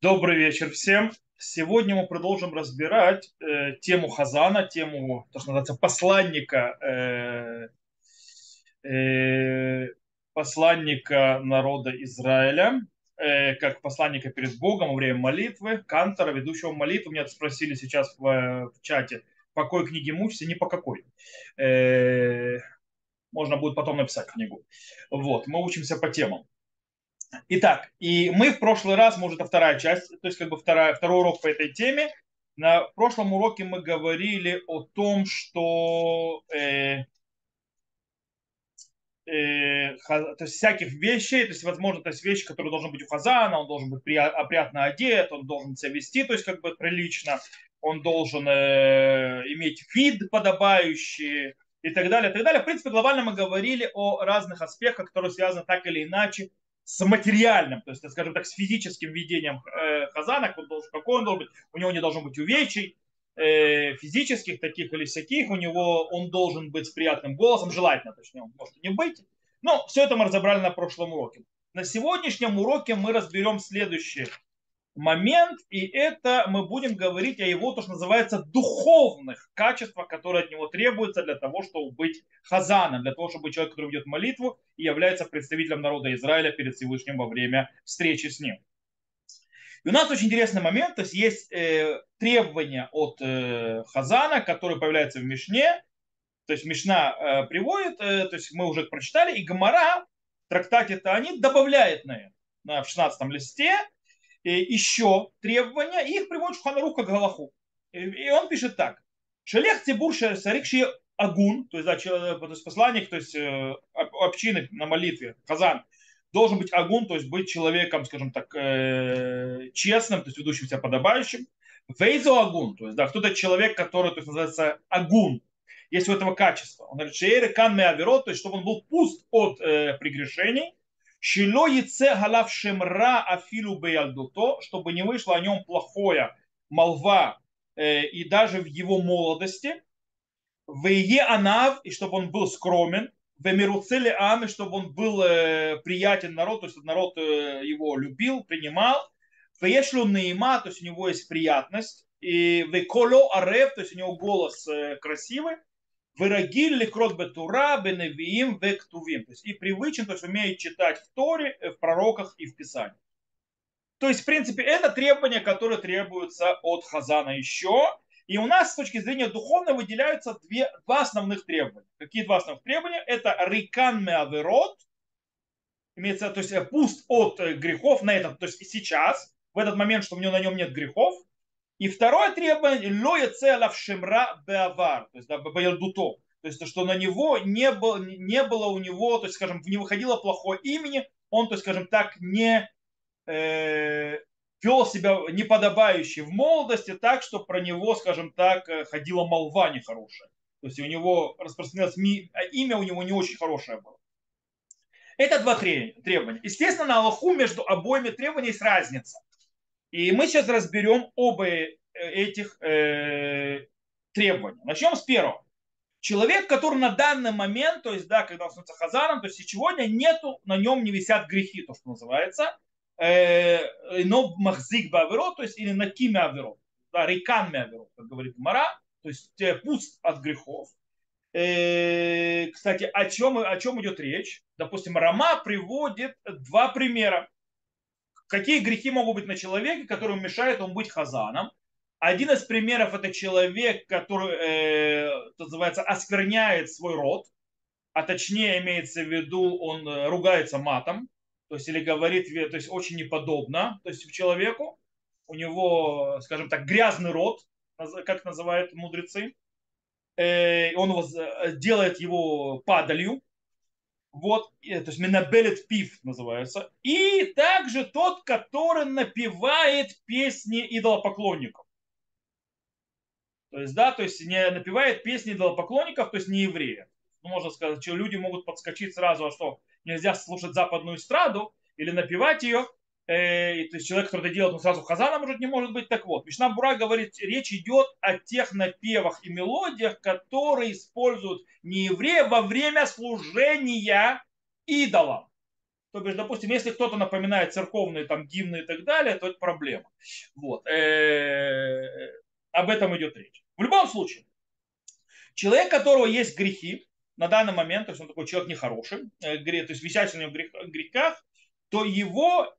Добрый вечер всем. Сегодня мы продолжим разбирать тему Хазана, тему, то, что называется, э, посланника народа Израиля, как посланника перед Богом во время молитвы, кантора, ведущего молитву. Меня спросили сейчас в чате, по какой книге мучиться, не по какой. Э, Можно будет потом написать книгу. Вот, мы учимся по темам. Итак, и мы в прошлый раз, может, это вторая часть, то есть как бы второй урок по этой теме. На прошлом уроке мы говорили о том, что то есть всяких вещей, то есть, возможно, то есть вещи, которые должны быть у Хазана, он должен быть опрятно одет, он должен себя вести, то есть как бы прилично, он должен иметь вид подобающий и так далее, и так далее. В принципе, глобально мы говорили о разных аспектах, которые связаны так или иначе с материальным, то есть, скажем так, с физическим ведением Хазана, какой он должен быть, у него не должно быть увечий, физических таких или всяких, у него он должен быть с приятным голосом, желательно, точнее, он может и не быть. Но все это мы разобрали на прошлом уроке. На сегодняшнем уроке мы разберем следующий момент, и это мы будем говорить о его, то, что называется, духовных качествах, которые от него требуются для того, чтобы быть хазаном, для того, чтобы быть человек, который ведет молитву и является представителем народа Израиля перед Всевышним во время встречи с ним. И у нас очень интересный момент, то есть требования от Хазана, которые появляются в Мишне, то есть Мишна приводит, то есть мы уже прочитали, и Гамара в трактате Таанит добавляет на это, в 16 листе, еще требования, и их приводит Шуханарух как Галаху. И он пишет так. Шелех Цибур Сарикши Агун, то есть, да, то есть посланник, то есть общины на молитве, Хазан, должен быть агун, то есть быть человеком, скажем так, честным, то есть ведущим себя подобающим. Вейзо агун, то есть, да, кто-то человек, который, то есть, называется агун, есть у этого качество. Он говорит, шееры кан меаверот, то есть, чтобы он был пуст от прегрешений, Шило яце галав шемра афилу беялдуто, чтобы не вышло о нем плохое молва и даже в его молодости. Вее анав, и чтобы он был скромен. Вемируцели ам, и чтобы он был приятен народ, то есть народ его любил, принимал. Веешлю наима, то есть у него есть приятность. И веколо арев, то есть у него голос красивый. Вырагиль лекрот бетура, беневиим, вектувим. То есть и привычен, то есть умеет читать в Торе, в пророках и в Писании. То есть, в принципе, это требования, которые требуются от Хазана еще. И у нас с точки зрения духовной выделяются два основных требования. Какие два основных требования? Это рикан меаверот, имеется, то есть пуст от грехов на этот, то есть сейчас, в этот момент, что у него на нем нет грехов. И второе требование, лоя целав шемра беавар, то есть да, беялдуто, то есть что на него не было у него, то есть, скажем, не выходило плохое имени, он, то есть, скажем так, не э, вел себя неподобающе в молодости, так, что про него, скажем так, ходила молва нехорошая. То есть у него распространялось имя у него не очень хорошее было. Это два требования. Естественно, на Аллаху между обоими требованиями есть разница. И мы сейчас разберем оба этих требования. Начнем с первого. Человек, который на данный момент, то есть, да, когда он становится хазаном, то есть сегодня нету, на нем не висят грехи, то, что называется, но махзик баверо, то есть, или накими аверо, да, рейкан аверо, как говорит Гмара, то есть пуст от грехов. Кстати, о чем идет речь? Допустим, Рама приводит два примера. Какие грехи могут быть на человеке, которые мешают ему быть хазаном? Один из примеров это человек, который, называется, оскверняет свой род, а точнее имеется в виду, он ругается матом, то есть или говорит, то есть очень неподобно, то есть человеку, у него, скажем так, грязный род, как называют мудрецы, он делает его падалью, вот, то есть менабелет пив называется. И также тот, который напевает песни идолопоклонников. То есть, да, то есть не напевает песни идолопоклонников, то есть не евреев. Ну, можно сказать, что люди могут подскочить сразу, а что нельзя слушать западную эстраду или напевать ее. То есть человек, который это делает, он сразу хазана может не может быть. Так вот, Мишна Бура говорит, речь идет о тех напевах и мелодиях, которые используют неевреи во время служения идолам. То бишь, допустим, если кто-то напоминает церковные там гимны и так далее, то это проблема. Вот. Об этом идет речь. В любом случае, человек, у которого есть грехи на данный момент, то есть он такой человек нехороший, то есть висящий на него грехах, то его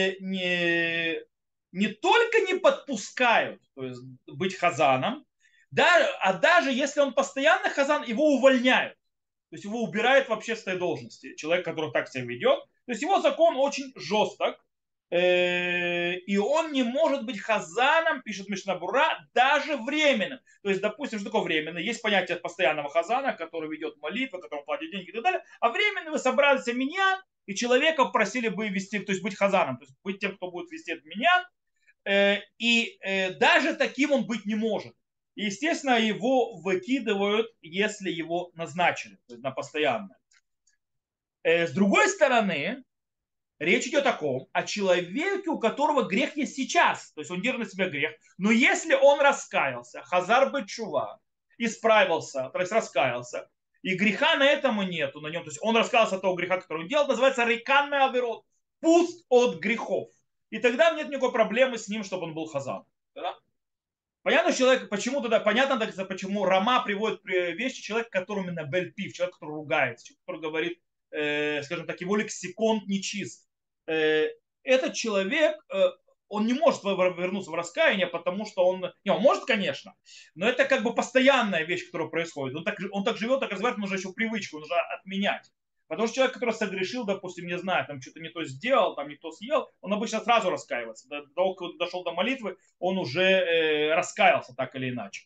не только не подпускают, то есть быть хазаном, да, а даже если он постоянно хазан, его увольняют. То есть его убирают в общественной должности. Человек, который так себя ведет. То есть его закон очень жесток. И он не может быть хазаном, пишет Мишнабура, даже временным. То есть, допустим, что такое временно? Есть понятие постоянного хазана, который ведет молитвы, которому платят деньги и так далее. А временно вы собрались в миньян, и человека просили бы вести, то есть быть хазаном, то есть быть тем, кто будет вести этот миньян. И даже таким он быть не может. И, естественно, его выкидывают, если его назначили, то есть на постоянное. С другой стороны, речь идет о человеке, у которого грех есть сейчас. То есть он держит на себя грех. Но если он раскаялся, хазар бетшува, исправился, то есть раскаялся, и греха на этом нету на нем, то есть он раскаялся от того греха, который он делал, называется рейканный аверот, пуст от грехов. И тогда нет никакой проблемы с ним, чтобы он был хазан. Да? Понятно, человек, почему тогда, понятно, почему Рама приводит вещи человека, который именно бельпив, человек, который ругается, человек, который говорит, скажем так, его лексикон нечист. Этот человек, он не может вернуться в раскаяние, потому что он может, конечно, но это как бы постоянная вещь, которая происходит. Он так живет, так развивает, нужно еще привычку, нужно отменять. Потому что человек, который согрешил, допустим, не знаю, там что-то не то сделал, там не то съел, он обычно сразу раскаивается. До того, как дошел до молитвы, он уже раскаялся так или иначе.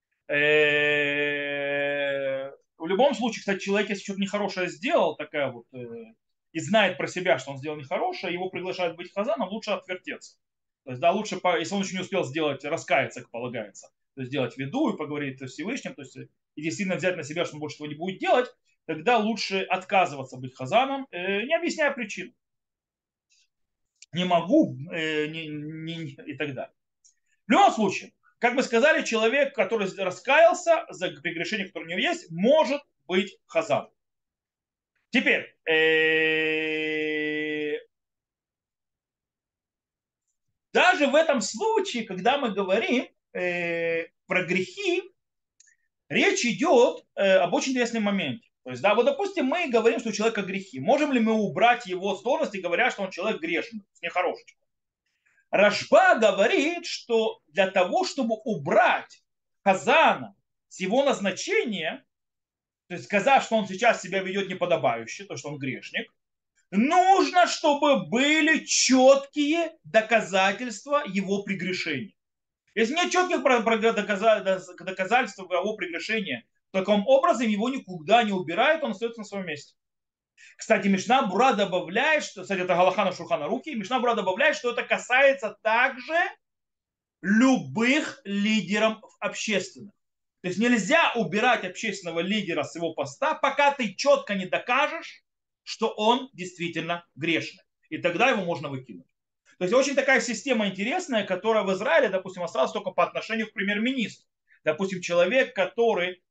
В любом случае, кстати, человек, если что-то нехорошее сделал, такая вот, и знает про себя, что он сделал нехорошее, его приглашают быть хазаном, лучше отвертеться. То есть, да, лучше, если он еще не успел сделать, раскаяться, как полагается, то есть сделать виду и поговорить с Всевышним, то есть и действительно взять на себя, что он больше этого не будет делать, тогда лучше отказываться быть хазаном, не объясняя причин. Не могу и так далее. В любом случае, как мы сказали, человек, который раскаялся за прегрешение, которое у него есть, может быть хазаном. Теперь, даже в этом случае, когда мы говорим про грехи, речь идет об очень интересном моменте. То есть, да, вот, допустим, мы говорим, что у человека грехи. Можем ли мы убрать его с должности, говоря, что он человек грешный, нехороший? Рашба говорит, что для того, чтобы убрать Хазана с его назначения, то есть сказав, что он сейчас себя ведет неподобающе, то, что он грешник, нужно, чтобы были четкие доказательства его прегрешения. Если нет четких доказательств его прегрешения, таким образом его никуда не убирают, он остается на своем месте. Кстати, Мишна Бура добавляет, что, кстати, это Галахана Шурхана Руки, Мишна Бура добавляет, что это касается также любых лидеров общественных. То есть нельзя убирать общественного лидера с его поста, пока ты четко не докажешь, что он действительно грешный. И тогда его можно выкинуть. То есть очень такая система интересная, которая в Израиле, допустим, осталась только по отношению к премьер-министру. Допустим, человек, который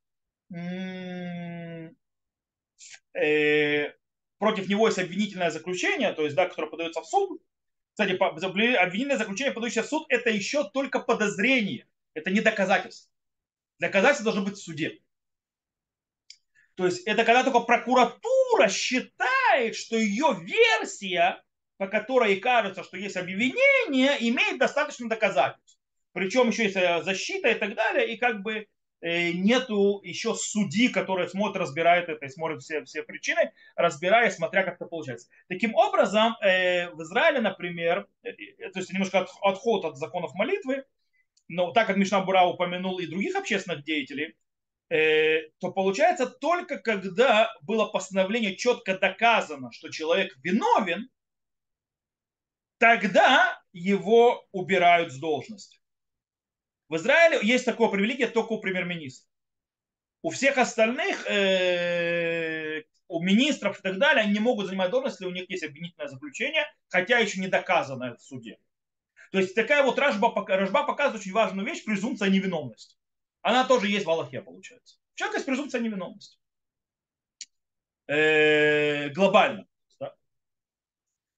против него есть обвинительное заключение, то есть, да, которое подается в суд. Кстати, обвинительное заключение, подающее в суд, это еще только подозрение. Это не доказательство. Доказательство должно быть в суде. То есть это когда только прокуратура считает, что ее версия, по которой кажется, что есть обвинение, имеет достаточно доказательств. Причем еще есть защита и так далее, и как бы нету еще судьи, который смотрит, разбирает это и смотрит все причины, разбирая, смотря как это получается. Таким образом, в Израиле, например, то есть немножко отход от законов молитвы, но так как Мишна Бура упомянул и других общественных деятелей, то получается только когда было постановление четко доказано, что человек виновен, тогда его убирают с должности. В Израиле есть такое привилегия только у премьер-министра. У всех остальных, у министров и так далее, они не могут занимать должность, если у них есть обвинительное заключение, хотя еще не доказано это в суде. То есть такая вот Рашба показывает очень важную вещь, презумпция невиновности. Она тоже есть в Аллахе, получается. У человека есть презумпция невиновности. Глобально. Да?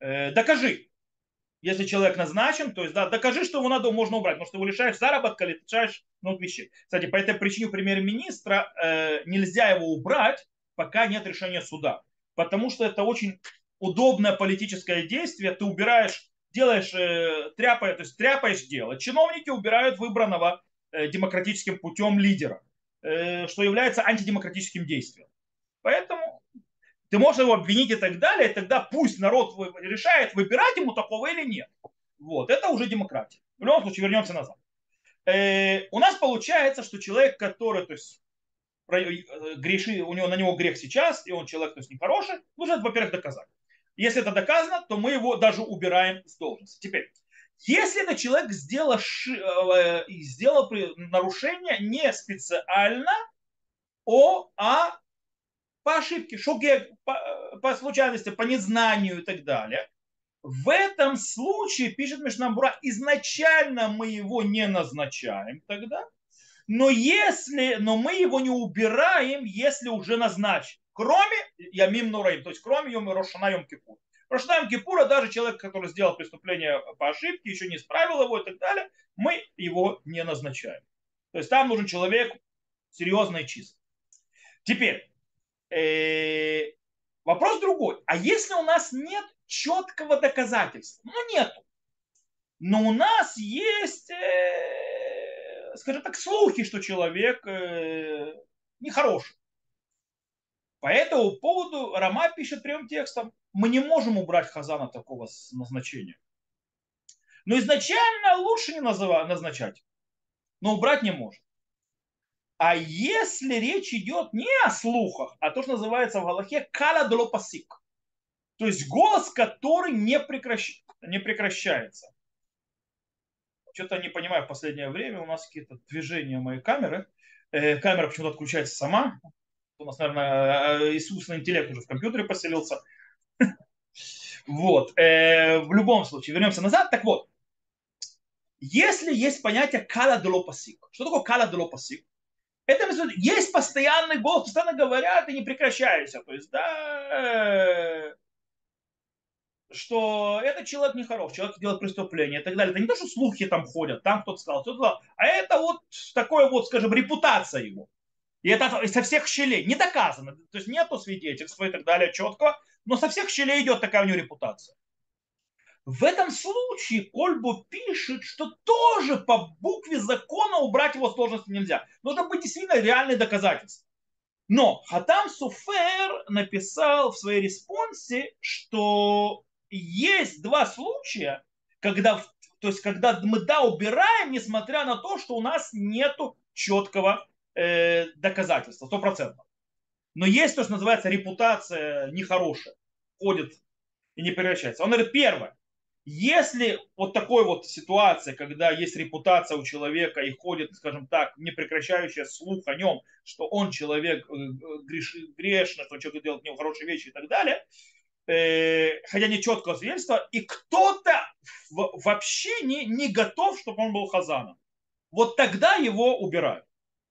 Докажи. Если человек назначен, то есть да, докажи, что его можно убрать, потому что его лишаешь заработка, лишаешь многих вещей. Кстати, по этой причине у премьер-министра нельзя его убрать, пока нет решения суда. Потому что это очень удобное политическое действие. Ты убираешь, делаешь, то есть тряпаешь дело. Чиновники убирают выбранного демократическим путем лидера, что является антидемократическим действием. Поэтому ты можешь его обвинить и так далее, и тогда пусть народ решает, выбирать ему такого или нет. Вот, это уже демократия. В любом случае, вернемся назад. У нас получается, что человек, который, то есть, грешит, у него на него грех сейчас, и он человек, то есть, нехороший, нужно, во-первых, доказать. Если это доказано, то мы его даже убираем с должности. Теперь, если этот человек сделал нарушение не специально, а по ошибке, по случайности, по незнанию и так далее. В этом случае, пишет Мишнабура, изначально мы его не назначаем тогда, но мы его не убираем, если уже назначен. Кроме Ямим Нураим, то есть кроме Рошана Йом Кипур. Рошана Йом Кипура даже человек, который сделал преступление по ошибке, еще не исправил его и так далее, мы его не назначаем. То есть там нужен человек серьезный и чистый. Теперь, вопрос другой. А если у нас нет четкого доказательства? Ну, нету. Но у нас есть, скажем так, слухи, что человек нехороший. По этому поводу Рама пишет прямым текстом: мы не можем убрать Хазана такого назначения. Но изначально лучше не назначать, но убрать не может. А если речь идет не о слухах, а то, что называется в Галахе кала долопасик, то есть голос, который не прекращается. Что-то не понимаю, в последнее время у нас какие-то движения моей камеры. Камера почему-то отключается сама. У нас, наверное, искусственный интеллект уже в компьютере поселился. Вот. В любом случае, вернемся назад. Так вот, если есть понятие кала делопасик. Что такое кала делопасик? Это есть постоянный голос, постоянно говорят и не прекращаются. То есть, да, что этот человек нехорош, человек делает преступление и так далее. Это не то, что слухи там ходят, там кто-то сказал, а это вот такое вот, скажем, репутация его. И это со всех щелей, не доказано, то есть нету свидетельства и так далее четкого, но со всех щелей идет такая у него репутация. В этом случае Кольбу пишет, что тоже по букве закона убрать его с должности нельзя. Нужно быть действительно реальные доказательства. Но Хатам Суфер написал в своей респонсе, что есть два случая, когда, то есть, когда мы убираем, несмотря на то, что у нас нет четкого доказательства, 100%. Но есть то, что называется репутация нехорошая, ходит и не превращается. Он говорит, первое, если вот такой вот ситуация, когда есть репутация у человека и ходит, скажем так, непрекращающий слух о нем, что он человек грешный, что он человек делает нехорошие вещи и так далее, хотя не четкого свидетельства, и кто-то вообще не готов, чтобы он был хазаном, вот тогда его убирают.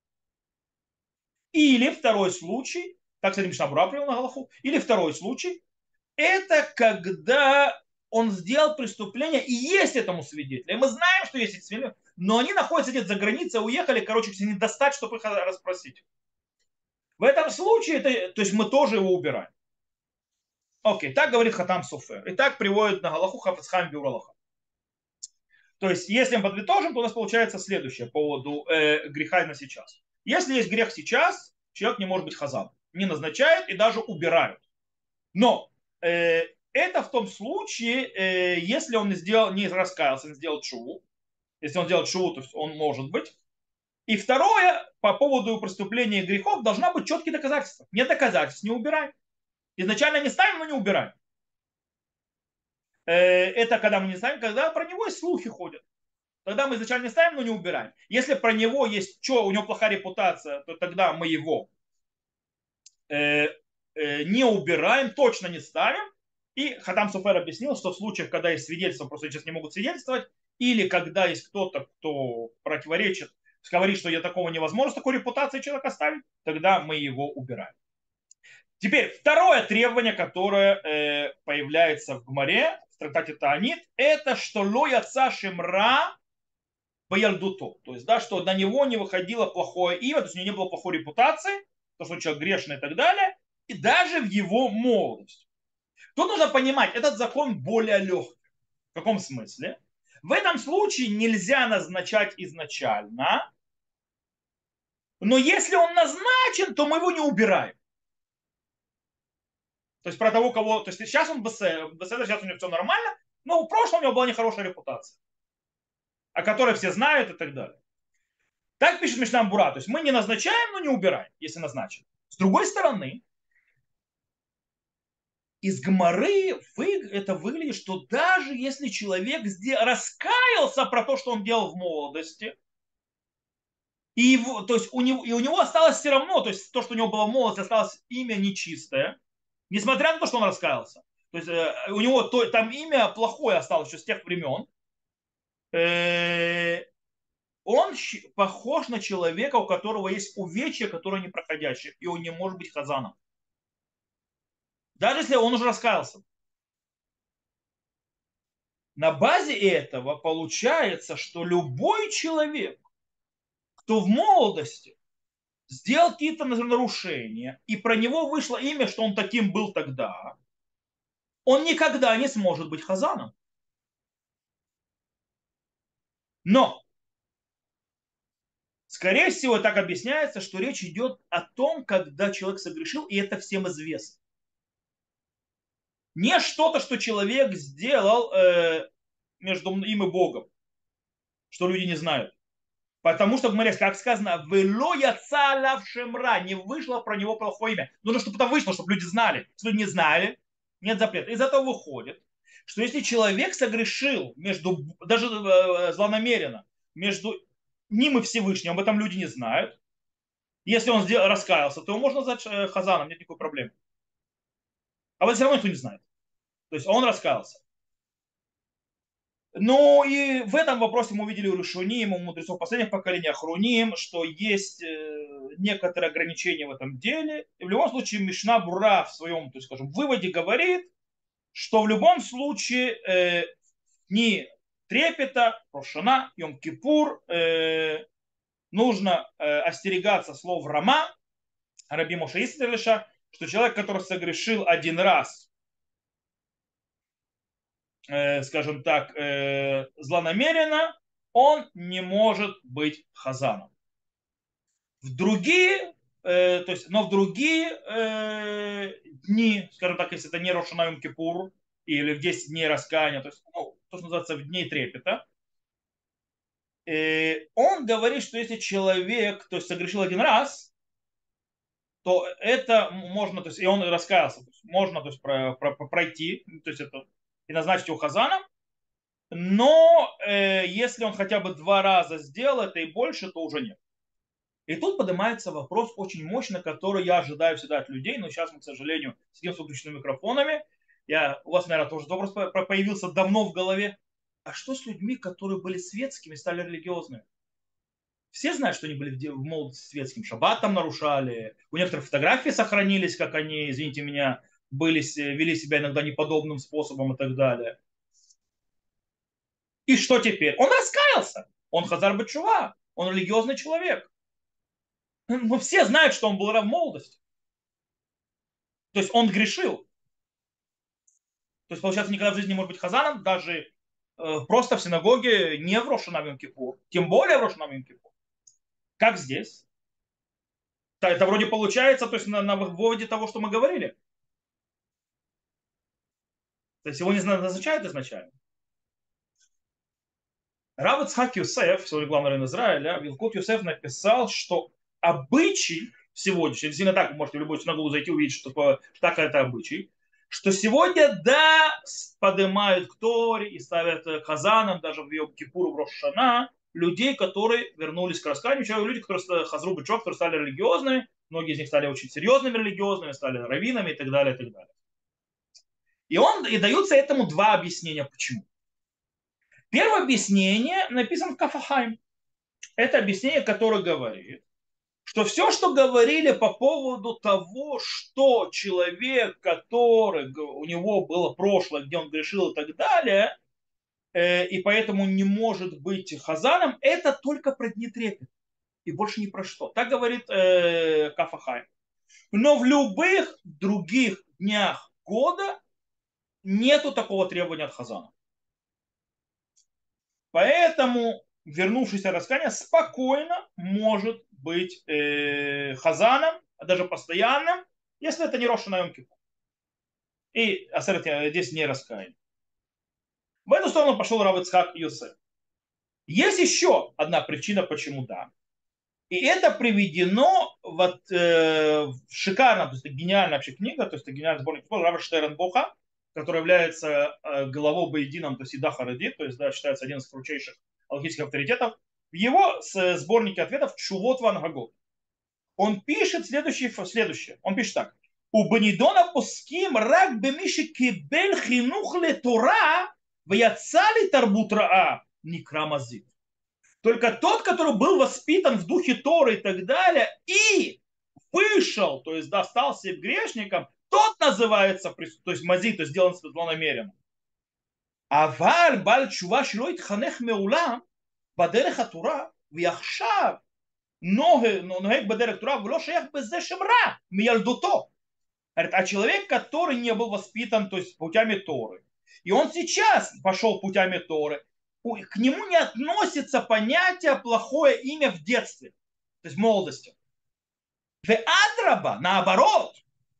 Или второй случай, так, кстати, Мишнабура привел на Галаху, или второй случай, это когда он сделал преступление и есть этому свидетели. И мы знаем, что есть эти свидетели, но они находятся где-то за границей, уехали, короче, не достать, чтобы их расспросить. В этом случае, то есть мы тоже его убираем. Окей, так говорит Хатам Суфер. И так приводит на Галаху Хафацхайм Бюралаха. То есть, если мы подытожим, то у нас получается следующее по поводу греха на сейчас. Если есть грех сейчас, человек не может быть хазан. Не назначают и даже убирают. Но это в том случае, если он не раскаялся, не сделал шуву. Если он делает шуву, то есть он может быть. И второе, по поводу преступления и грехов, должна быть четкие доказательства. Нет доказательств, не убираем. Изначально не ставим, но не убираем. Это когда мы не ставим, когда про него и слухи ходят. Тогда мы изначально не ставим, но не убираем. Если про него есть, что у него плохая репутация, то тогда мы его не убираем, точно не ставим. И Хатам Суфер объяснил, что в случаях, когда есть свидетельства, просто сейчас не могут свидетельствовать, или когда есть кто-то, кто противоречит, говорит, что я такого невозможно, с такой репутацией человека ставить, тогда мы его убираем. Теперь второе требование, которое появляется в Гмаре, в трактате Таанит, это что ло яца шемра бояльдуто. То есть, да, что на него не выходило плохое имя, то есть у него не было плохой репутации, то, что он человек грешный и так далее, и даже в его молодости. Тут нужно понимать, этот закон более легкий. В каком смысле? В этом случае нельзя назначать изначально, но если он назначен, то мы его не убираем. То есть про того, кого... То есть сейчас он беседа, сейчас у него все нормально, но в прошлом у него была нехорошая репутация, о которой все знают и так далее. Так пишет Мишна Бура. То есть мы не назначаем, но не убираем, если назначим. С другой стороны, из Гмары это выглядит, что даже если человек раскаялся про то, что он делал в молодости, и его, то есть у него осталось все равно, то есть то, что у него было в молодости, осталось имя нечистое, несмотря на то, что он раскаялся. То есть у него там имя плохое осталось еще с тех времен. Э, Он похож на человека, у которого есть увечья, которые непроходящие, и он не может быть хазаном. Даже если он уже раскаялся. На базе этого получается, что любой человек, кто в молодости сделал какие-то нарушения, и про него вышло имя, что он таким был тогда, он никогда не сможет быть хазаном. Но, скорее всего, так объясняется, что речь идет о том, когда человек согрешил, и это всем известно. Не что-то, что человек сделал между им и Богом, что люди не знают. Потому что, говорят, как сказано, «Вело яца алав шемра», не вышло про него плохое имя. Нужно, чтобы это вышло, чтобы люди знали. Если люди не знали, нет запрета. Из этого выходит, что если человек согрешил даже злонамеренно, между ним и Всевышним, об этом люди не знают, если он раскаялся, то его можно назвать хазаном, нет никакой проблемы. А вот все равно никто не знает. То есть он раскаялся. Ну и в этом вопросе мы увидели у Ришуним, у мудрецов последних поколений, Ахруним, что есть некоторые ограничения в этом деле. И в любом случае Мишна Бура в своем, то есть, скажем, выводе говорит, что в любом случае дни трепета, Рошана, Йом-Кипур нужно остерегаться слов Рама, Раби Моше Исрелеша, что человек, который согрешил один раз, скажем так, злонамеренно, он не может быть хазаном. В другие, но в другие дни, скажем так, если это не Рошана Йом Кипур или в 10 дней раскаяния, то есть, то, что называется в дней трепета, он говорит, что если человек, то есть согрешил один раз, то это можно, то есть, и он раскаялся, то есть, можно, то есть, пройти, то есть это и назначить его хазаном, но если он хотя бы два раза сделал это и больше, то уже нет. И тут поднимается вопрос очень мощный, который я ожидаю всегда от людей, но сейчас мы, к сожалению, сидим с выключенными микрофонами. У вас, наверное, тоже вопрос появился давно в голове. А что с людьми, которые были светскими, стали религиозными? Все знают, что они были в молодости светским, шаббат там нарушали. У некоторых фотографии сохранились, как они, извините меня, вели себя иногда неподобным способом и так далее. И что теперь? Он раскаялся. Он Хазар Бачува. Он религиозный человек. Но все знают, что он был в молодости. То есть он грешил. То есть, получается, никогда в жизни не может быть хазаном, даже просто в синагоге, не в Рошана Йом Кипур, тем более в Рошана Йом Кипур. Как здесь? Это вроде получается, то есть на выводе того, что мы говорили. То есть его не назначают изначально. Рав Ицхак Юсеф, сегодня главный раввин Израиля, Вилкут Юсеф написал, что обычай сегодняшний, действительно так, вы можете в любую синагогу зайти увидеть, что так это обычай, что сегодня, да, поднимают к Торе и ставят хазаном, даже в Йом-Кипур, в Рошана, людей, которые вернулись к раскаянию, люди, которые хазру бычок, которые стали религиозными, многие из них стали очень серьезными религиозными, стали раввинами и так далее, и так далее. И даются этому два объяснения, почему. Первое объяснение написано в Кафахайм. Это объяснение, которое говорит, что все, что говорили по поводу того, что человек, который у него было прошлое, где он грешил и так далее, и поэтому не может быть хазаном, это только про дни трепет и больше ни про что. Так говорит Кафахай. Но в любых других днях года нету такого требования от хазана. Поэтому вернувшийся раскаяние спокойно может быть хазаном, даже постоянным, если это не Роша на Йом-Кипур. И здесь не раскаяние. В эту сторону пошел Рав Ицхак Йосеф. Есть еще одна причина, почему да. И это приведено в шикарном, то есть это гениальная вообще книга, то есть это гениальный сборник Рава Штернбоха, который является главой Бейдином, то есть Ида Харади, то есть да, считается один из крутейших алхимических авторитетов. В его сборнике ответов Чувот Ван Гагот он пишет следующее. Он пишет так. У Банидона пуским рак бемиши кибель хинух ле Тора вяцали тарбут раа никра мазит. Только тот, который был воспитан в духе Торы и так далее, и вышел, то есть достался грешником, тот называется, то есть мази, то есть сделан злонамеренно. אבל בעל תשובה שלא התחנך מעולם בדרך התורה ועכשיו נוהג בדרך תורה ולא שייך בזה שם רע מילדותו. А человек, который не был воспитан, то есть путями Торы, и он сейчас пошел путями Торы, к нему не относится понятие плохое имя в детстве, то есть в молодости. В Адраба, наоборот,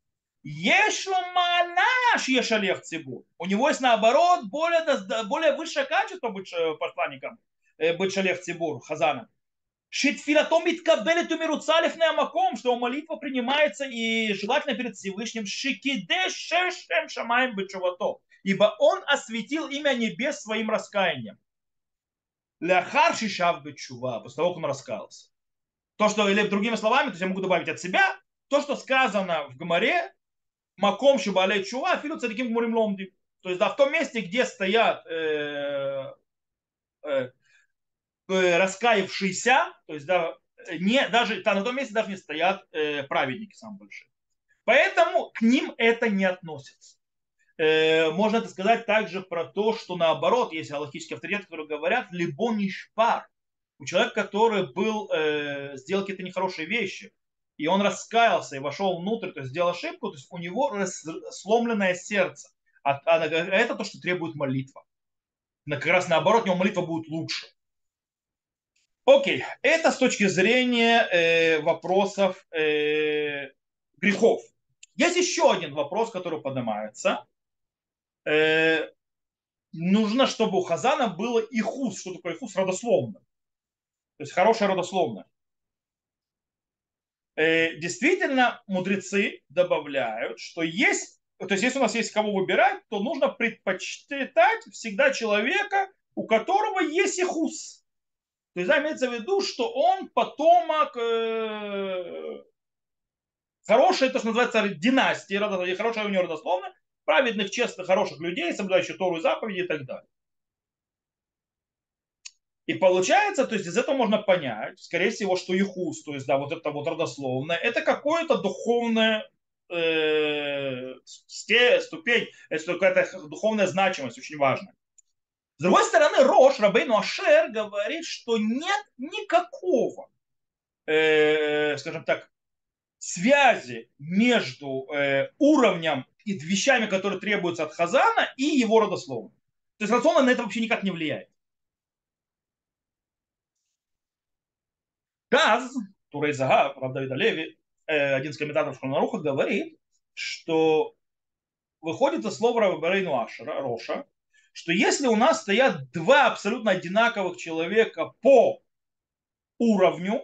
Ешломанаш Ешалех Цибур. У него есть наоборот более высшее качество быть посланником, быть Шалех Цибур, Хазаном. Шитфилатом иткабелет умируцалев маком, что молитва принимается и желательно перед Всевышним. Шикиде шешем шамаем бычувато. Ибо он осветил имя небес своим раскаянием. Ляхар шишав бычува, после того, как он раскаялся. То, что, или другими словами, то есть я могу добавить от себя, то, что сказано в Гамаре, маком шибалей чува, филу цадиким гмурим ломди. То есть, да, в том месте, где стоят раскаявшиеся, то есть, да, даже на том месте даже не стоят праведники самые большие. Поэтому к ним это не относится. Можно это сказать также про то, что наоборот, есть галактические авторитеты, которые говорят, либо нишпар. У человека, который сделал какие-то нехорошие вещи, и он раскаялся и вошел внутрь, то есть сделал ошибку, то есть у него сломленное сердце. А это то, что требует молитва. Как раз наоборот, у него молитва будет лучше. Окей, это с точки зрения вопросов грехов. Есть еще один вопрос, который поднимается. Нужно, чтобы у Хазана было ихус. Что такое ихус? Родословно. То есть хорошая родословная. Действительно, мудрецы добавляют, что есть, то есть если у нас есть кого выбирать, то нужно предпочитать всегда человека, у которого есть ихус. То есть да, имеется в виду, что он потомок хорошей, то, что называется, династии, хорошая у него родословная, праведных, честных, хороших людей, соблюдающих Тору и заповеди и так далее. И получается, то есть из этого можно понять, скорее всего, что ихус, то есть да, вот это вот родословное, это какое-то духовное ступень, это какая-то духовная значимость, очень важная. С другой стороны, Рош, Рабейну Ашер, говорит, что нет никакого, скажем так, связи между уровнем и вещами, которые требуются от Хазана, и его родословной. То есть родословная на это вообще никак не влияет. Газ, Турей Загав, Рав Давид Леви, один из комментаторов Шулханаруха, говорит, что выходит из слова Рабейну Ашера, Роша, что если у нас стоят два абсолютно одинаковых человека по уровню,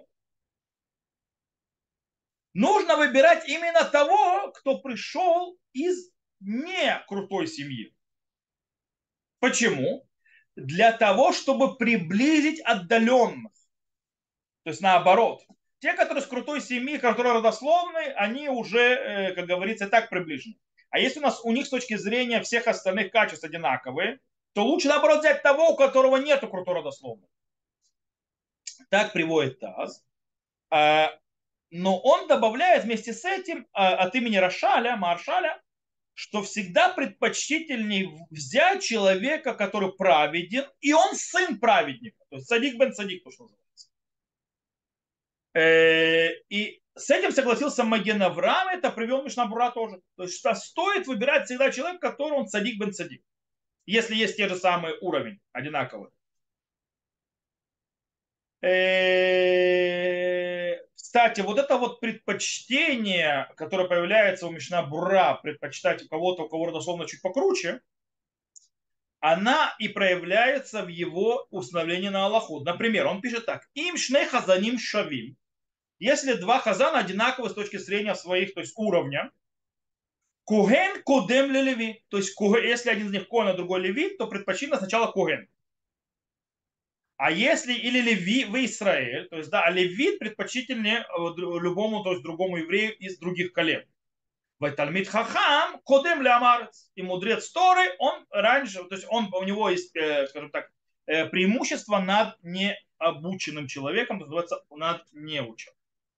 нужно выбирать именно того, кто пришел из не крутой семьи. Почему? Для того, чтобы приблизить отдаленных. То есть наоборот. Те, которые с крутой семьи, которые родословные, они уже, как говорится, так приближены. А если у них с точки зрения всех остальных качеств одинаковые, то лучше наоборот взять того, у которого нету крутой родословной. Так приводит Таз. Но он добавляет вместе с этим от имени Рошаля, Маршаля, что всегда предпочтительней взять человека, который праведен, и он сын праведника. То есть садик бен садик, то, что называется. И с этим согласился Маген Авраам, это привел Мишнабура тоже. То есть что стоит выбирать всегда человека, который он садик бен садик. Если есть те же самые уровень, одинаковые. Кстати, вот это вот предпочтение, которое появляется у Мишнабура, предпочитать у кого-то, у кого родословно чуть покруче, она и проявляется в его установлении на Аллаху. Например, он пишет так. Им шней хазаним шавим. Если два хазана одинаковы с точки зрения своих, то есть уровня, куген кодем леви. То есть если один из них коэн, а другой левит, то предпочтительно сначала куген. А если или леви в Израиль, то есть да, а левит предпочтительнее любому, то есть другому еврею из других колен. Вайтальмит хахам кодем лямарец. И мудрец Торы, он раньше, то есть он, у него есть, скажем так, преимущество над необученным человеком, называется над неучем.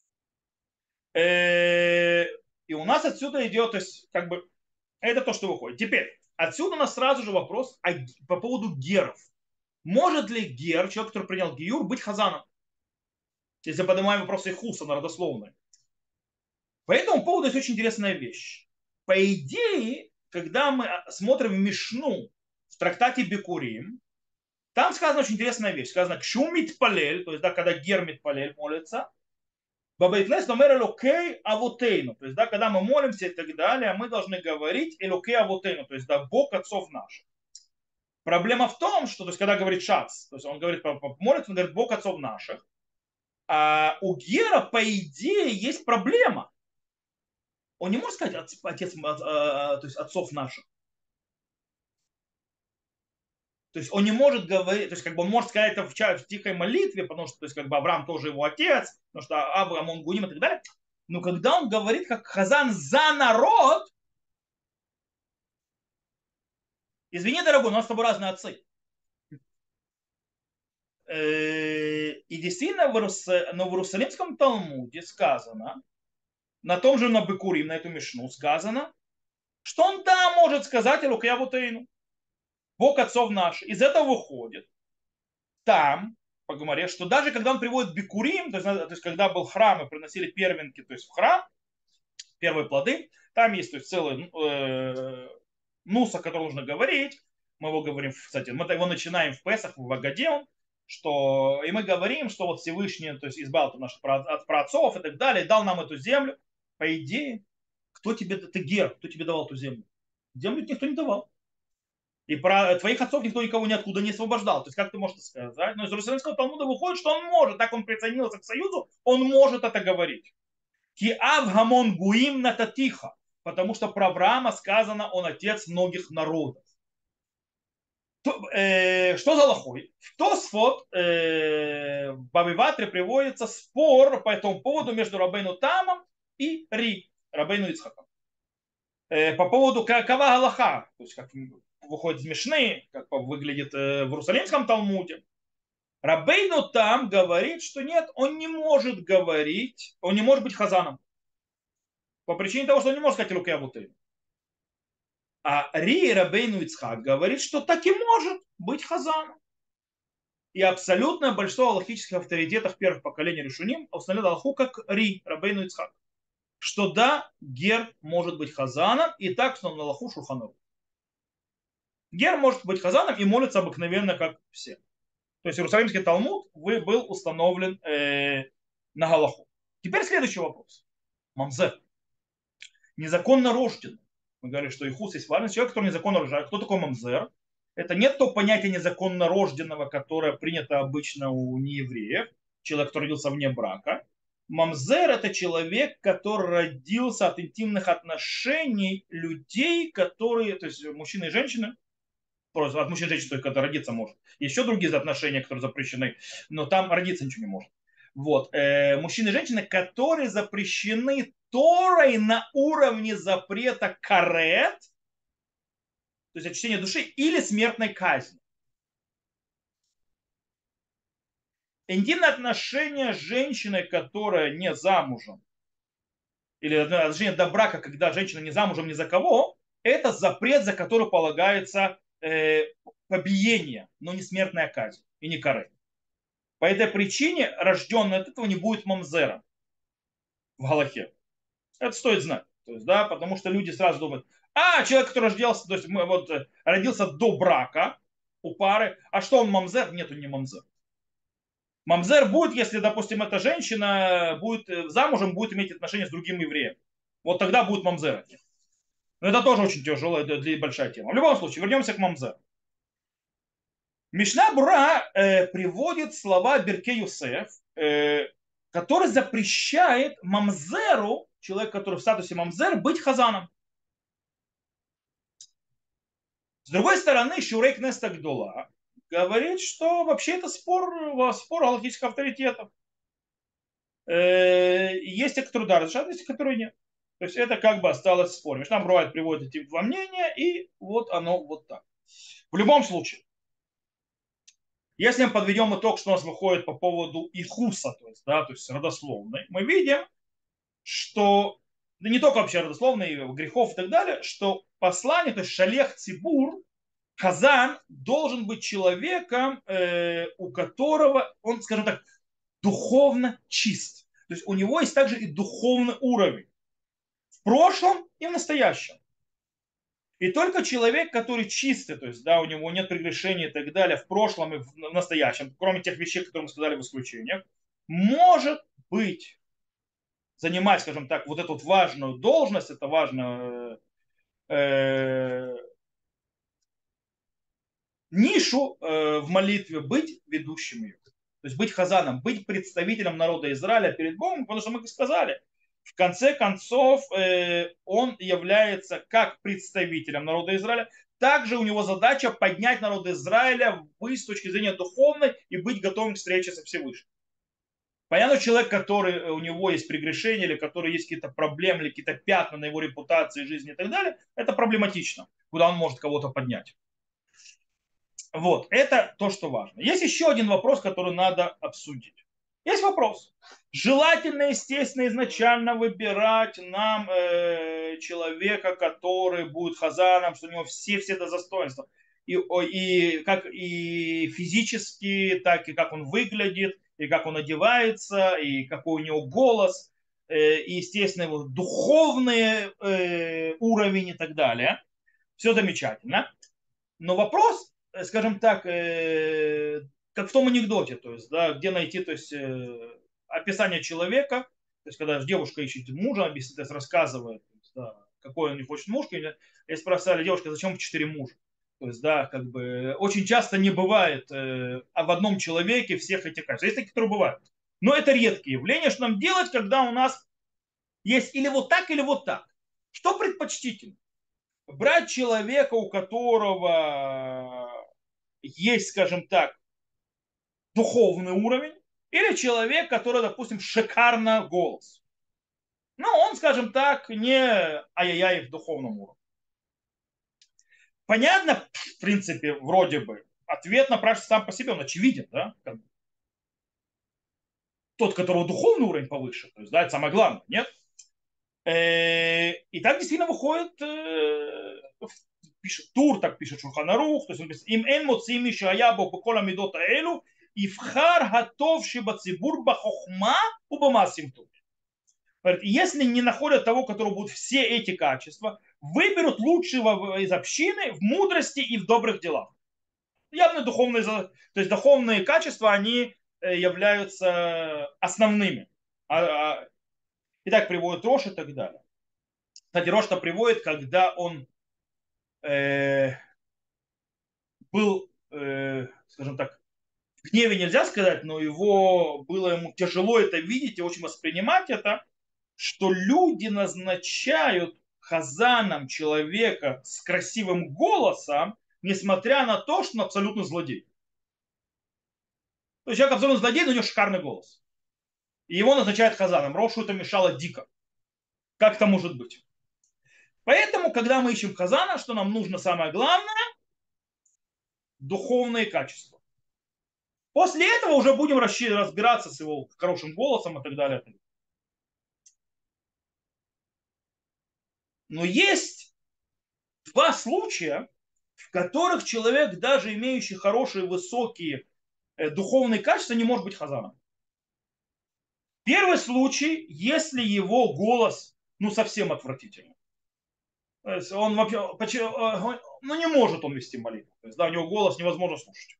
И у нас отсюда идет, то есть как бы это то, что выходит. Теперь, отсюда у нас сразу же вопрос по поводу геров. Может ли гер, человек, который принял гиюр, быть хазаном? Если поднимаем вопросы Хуса на родословные. По этому поводу есть очень интересная вещь. По идее, когда мы смотрим Мишну в трактате Бекурим, там сказана очень интересная вещь. Сказано «кшумит палель», то есть да, когда гермит палель молится, «бабайтлес номер элокей авотейну», то есть да, когда мы молимся и так далее, мы должны говорить «элокей авотейну», то есть да, Бог отцов наших. Проблема в том, что, то есть, когда говорит шац, то есть он говорит, молится, он говорит Бог отцов наших, а у Гера, по идее, есть проблема. Он не может сказать отец, то есть отцов наших. То есть он не может говорить, то есть как бы он может сказать это в тихой молитве, потому что то есть, как бы Авраам тоже его отец, потому что Авраам, он Гуним и так далее. Но когда он говорит как Хазан за народ, извини, дорогой, у нас с тобой разные отцы. И действительно, но в Иерусалимском Талмуде сказано, на том же на Бекурим, на эту Мишну сказано, что он да может сказать Элукия Бутейну, Бог отцов наш. Из этого выходит там, по Гумаре, что даже когда он приводит Бекурим, то есть когда был храм и приносили первенки, то есть в храм, первые плоды, там есть то есть, целый нусах, который нужно говорить. Мы его говорим, кстати, мы его начинаем в Песах, в Агадеон, что, и мы говорим, что вот Всевышний, то есть избавил нас от праотцов и так далее, дал нам эту землю. По идее, кто тебе, ты гер, кто тебе давал эту землю? Землю никто не давал. И про твоих отцов никто никого ниоткуда не освобождал. То есть как ты можешь это сказать? Но из Иерусалимского Талмуда выходит, что он может, так он присоединился к Союзу, он может это говорить. Ки ав гамон гуим нататиха. Потому что про Авраама сказано, он отец многих народов. Что за лохой? В Тосфот в Бабиватре приводится спор по этому поводу между Рабейну Тамом и Ри, Рабейну Ицхаком. По поводу какова Галаха, то есть как выходит из Мишны, как выглядит в Иерусалимском Талмуде. Рабейну Там говорит, что нет, он не может говорить, он не может быть хазаном. По причине того, что он не может сказать Лукей Абутейн. А Ри Рабейну Ицхак говорит, что так и может быть хазаном. И абсолютное большинство аллахических авторитетов первых поколений Решуним установили Аллаху как Ри Рабейну Ицхак. Что да, Гер может быть хазаном, и так установлено Аллаху Шурхану. Гер может быть хазаном и молится обыкновенно, как все. То есть Иерусалимский Талмуд был установлен на Галаху. Теперь следующий вопрос. Мамзер. Незаконно рожденный. Мы говорили, что Ихус есть важный человек, который незаконно рожден. Кто такой мамзер? Это нет то понятия незаконно рожденного, которое принято обычно у неевреев. Человек, который родился вне брака. Мамзер – это человек, который родился от интимных отношений людей, которые, то есть мужчины и женщины, просто от мужчин и женщин только родиться может. Еще другие отношения, которые запрещены, но там родиться ничего не может. Вот. Мужчины и женщины, которые запрещены Торой на уровне запрета карет, то есть очищение души, или смертной казни. интимные отношения с женщиной, которая не замужем, или отношения до брака, когда женщина не замужем ни за кого, это запрет, за который полагается побиение, но не смертная казнь и не каре. По этой причине рожденный от этого не будет мамзером в Галахе. Это стоит знать. То есть, да, потому что люди сразу думают, человек, который родился, то есть, родился до брака у пары, а что он мамзер? Нет, он не мамзер. Мамзер будет, если, допустим, эта женщина будет замужем, будет иметь отношения с другим евреем. Вот тогда будет мамзер. Но это тоже очень тяжелая, большая тема. В любом случае, вернемся к мамзеру. Мишна Бура приводит слова Берке Юсеф, который запрещает мамзеру, человек, который в статусе мамзер, быть хазаном. С другой стороны, Шурей Кнест Агдола говорит, что вообще это спор галактических авторитетов. Есть те, которые да, разрешают, есть те, которые нет. То есть это как бы осталось в споре. Мишна Бура приводит эти два мнения, и вот оно вот так. В любом случае, если мы подведем итог, что у нас выходит по поводу ихуса, то есть, да, то есть родословной, мы видим, что, да не только вообще родословной, грехов и так далее, что послание, то есть шалех цибур, хазан, должен быть человеком, у которого он, скажем так, духовно чист. То есть у него есть также и духовный уровень в прошлом и в настоящем. И только человек, который чистый, то есть, да, у него нет прегрешений и так далее в прошлом и в настоящем, кроме тех вещей, которые мы сказали в исключениях, может быть, занимать, скажем так, вот эту вот важную должность, это важную нишу в молитве, быть ведущим ее. То есть быть хазаном, быть представителем народа Израиля перед Богом, потому что мы сказали, в конце концов он является как представителем народа Израиля, также у него задача поднять народ Израиля с точки зрения духовной и быть готовым к встрече со Всевышним. Понятно, человек, который у него есть прегрешения, или который есть какие-то проблемы, или какие-то пятна на его репутации, жизни и так далее, это проблематично, куда он может кого-то поднять. Вот, это то, что важно. Есть еще один вопрос, который надо обсудить. Есть вопрос. Желательно, естественно, изначально выбирать нам человека, который будет хазаном, что у него все достоинства. И как и физически, так и как он выглядит, и как он одевается, и какой у него голос, и, естественно, его духовный уровень и так далее. Все замечательно. Но вопрос, скажем так, как в том анекдоте, то есть, да, где найти, то есть, описание человека, то есть, когда девушка ищет мужа, то есть, рассказывает, то есть, да, какой он не хочет муж, и спросили, девушка, зачем 4 мужа? То есть, да, как бы, очень часто не бывает в одном человеке всех этих качеств. Есть такие, которые бывают. Но это редкие явления, что нам делать, когда у нас есть или вот так, или вот так. Что предпочтительно? Брать человека, у которого есть, скажем так, духовный уровень, или человек, который, допустим, шикарно голос. Но он, скажем так, не ай-яй-яй в духовном уровне. Понятно, в принципе, вроде бы. Ответ напрашивается сам по себе, он очевиден, да? Тот, которого духовный уровень повыше, то есть, да, это самое главное, нет? И так действительно выходит, пишет Тур, так пишет Шурханарух, то есть он пишет, им эн моцим мишаябо бекола мидота элу, ивхар готов шибацибур бахохма убамасим тут. Если не находят того, который будет все эти качества, выберут лучшего из общины в мудрости и в добрых делах. Явно духовные, то есть духовные качества, они являются основными. И так приводит Рош и так далее. Кстати, Рош-то приводит, когда он был, скажем так, в гневе нельзя сказать, но его было ему тяжело это видеть и очень воспринимать это, что люди назначают хазаном человека с красивым голосом, несмотря на то, что он абсолютно злодей. То есть человек абсолютно злодей, но у него шикарный голос. И его назначают хазаном. Рошу это мешало дико. Как это может быть? Поэтому, когда мы ищем хазана, что нам нужно самое главное? Духовные качества. После этого уже будем разбираться с его хорошим голосом и так далее. Но есть два случая, в которых человек, даже имеющий хорошие, высокие духовные качества, не может быть хазаном. Первый случай, если его голос ну совсем отвратительный. То есть он вообще, ну не может он вести молитву. То есть, да, у него голос невозможно слушать.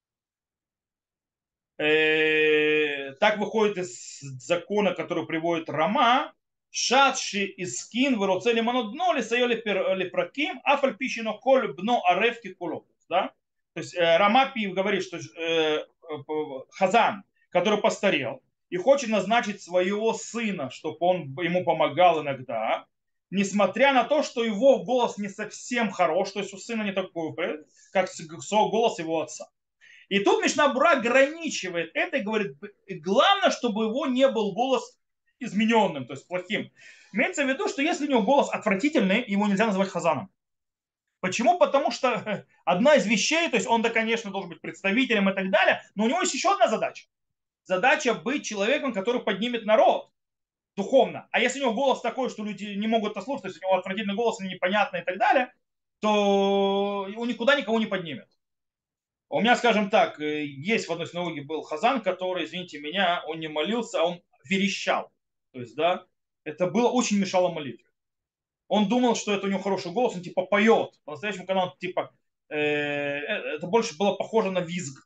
Так выходит из закона, который приводит Рама, Шадши Искин, Вороцели Манодно, Лисайоли Лепраким, Афальпищино Коль Бно Аревки Куло. Да? То есть Рама говорит, что Хазан, который постарел и хочет назначить своего сына, чтобы он ему помогал иногда, несмотря на то, что его голос не совсем хорош, то есть у сына не такой, как голос его отца. И тут Мишна-Бура ограничивает это и говорит, главное, чтобы его не был голос измененным, то есть плохим. Имеется в виду, что если у него голос отвратительный, его нельзя называть хазаном. Почему? Потому что одна из вещей, то есть он, да, конечно, должен быть представителем и так далее, но у него есть еще одна задача. Задача быть человеком, который поднимет народ духовно. А если у него голос такой, что люди не могут это слушать, то есть у него отвратительный голос, непонятный и так далее, то он никуда никого не поднимет. У меня, скажем так, есть в одной синагоге был хазан, который, извините меня, он не молился, а он верещал. То есть, да, это было очень мешало молитве. Он думал, что это у него хороший голос, он типа поет. По-настоящему, когда он типа, это больше было похоже на визг,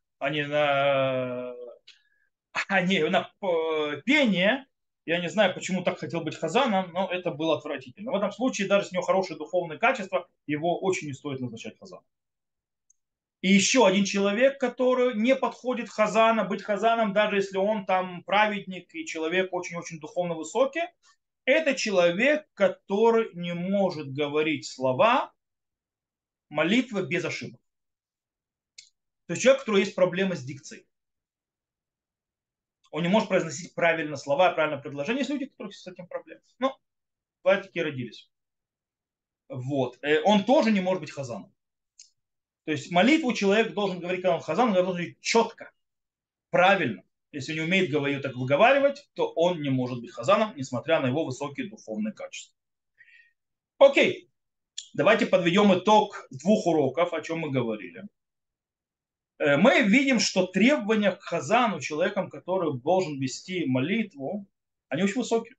а не на пение. Я не знаю, почему так хотел быть хазаном, но это было отвратительно. В этом случае, даже если у него хорошие духовные качества, его очень не стоит назначать хазаном. И еще один человек, который не подходит хазана, быть хазаном, даже если он там праведник и человек очень-очень духовно высокий, это человек, который не может говорить слова молитвы без ошибок. То есть человек, у которого есть проблемы с дикцией. Он не может произносить правильно слова, правильное предложение. Есть люди, у которых с этим проблемы. Ну, бывают такие родились. Вот. Он тоже не может быть хазаном. То есть молитву человек должен говорить, когда он хазан, он должен говорить четко, правильно. Если не умеет говорить, так выговаривать, то он не может быть хазаном, несмотря на его высокие духовные качества. Окей, давайте подведем итог двух уроков, о чем мы говорили. Мы видим, что требования к хазану, человеком, который должен вести молитву, они очень высокие.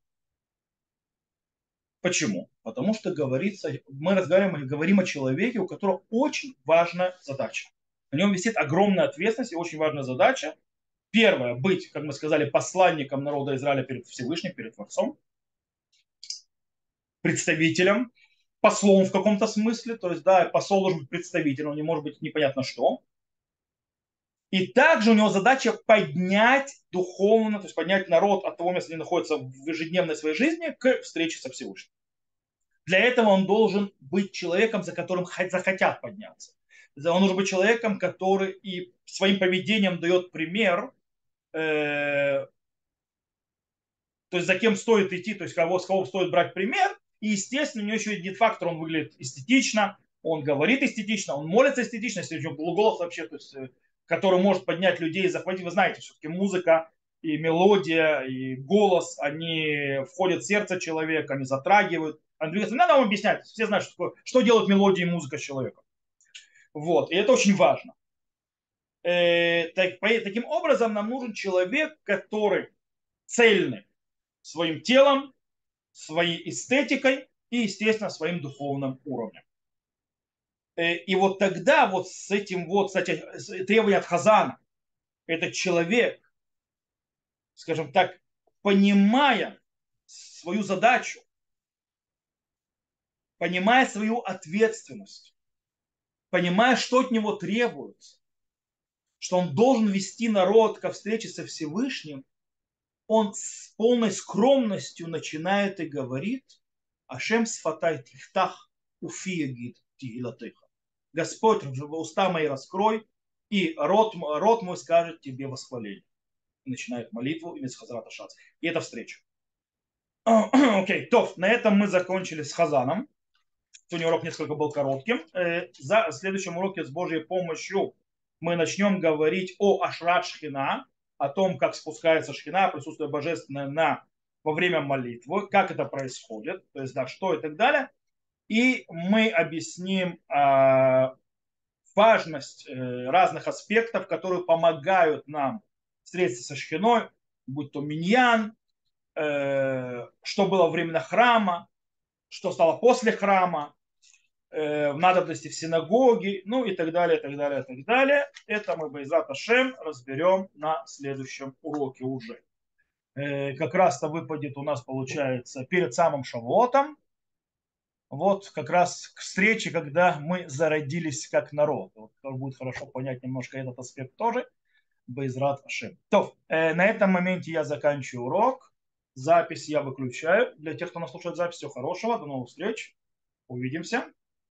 Почему? Потому что говорится, мы говорим о человеке, у которого очень важная задача. На нем висит огромная ответственность и очень важная задача. Первое, быть, как мы сказали, посланником народа Израиля перед Всевышним, перед Творцом, представителем, послом в каком-то смысле, то есть, да, посол должен быть представителем, он не может быть непонятно что. И также у него задача поднять духовно, то есть поднять народ от того места, где находится в ежедневной своей жизни, к встрече со Всевышним. Для этого он должен быть человеком, за которым захотят подняться. Он должен быть человеком, который и своим поведением дает пример, то есть за кем стоит идти, то есть с кого стоит брать пример. И, естественно, у него еще один фактор, он выглядит эстетично, он говорит эстетично, он молится эстетично, если у него голос вообще, то есть, который может поднять людей и захватить. Вы знаете, все-таки музыка и мелодия, и голос, они входят в сердце человека, они затрагивают. Не надо вам объяснять, все знают, что, такое, что делает мелодия и музыка с человеком. Вот, и это очень важно. Таким образом, нам нужен человек, который цельный своим телом, своей эстетикой и, естественно, своим духовным уровнем. И вот тогда вот с этим вот, кстати, требование от Хазана, этот человек, скажем так, понимая свою задачу, понимая свою ответственность, понимая, что от него требуется, что он должен вести народ ко встрече со Всевышним, он с полной скромностью начинает и говорит: Ашем сфатай тихтах уфия гид тигилатыха. Господь, уста мои раскрой, и рот мой скажет тебе восхваление. И начинает молитву и Хазрата Шац. И это встреча. Окей, то, на этом мы закончили с Хазаном. Сегодня урок несколько был коротким. За следующем уроке с Божьей помощью мы начнем говорить о Ашрат Шхина, о том, как спускается Шхина, присутствие божественное во время молитвы, как это происходит, то есть, да, что и так далее. И мы объясним важность разных аспектов, которые помогают нам встретиться со Шхиной, будь то миньян, что было во время храма, что стало после храма, в надобности в синагоге, ну и так далее, и так далее, и так далее. Это мы, Байзат Ашем, разберем на следующем уроке уже. Как раз-то выпадет у нас, получается, перед самым Шавуотом, вот как раз к встрече, когда мы зародились как народ. Вот, будет хорошо понять немножко этот аспект тоже. Байзрат Ашем. То, на этом моменте я заканчиваю урок. Запись я выключаю. Для тех, кто нас слушает запись, всего хорошего. До новых встреч. Увидимся.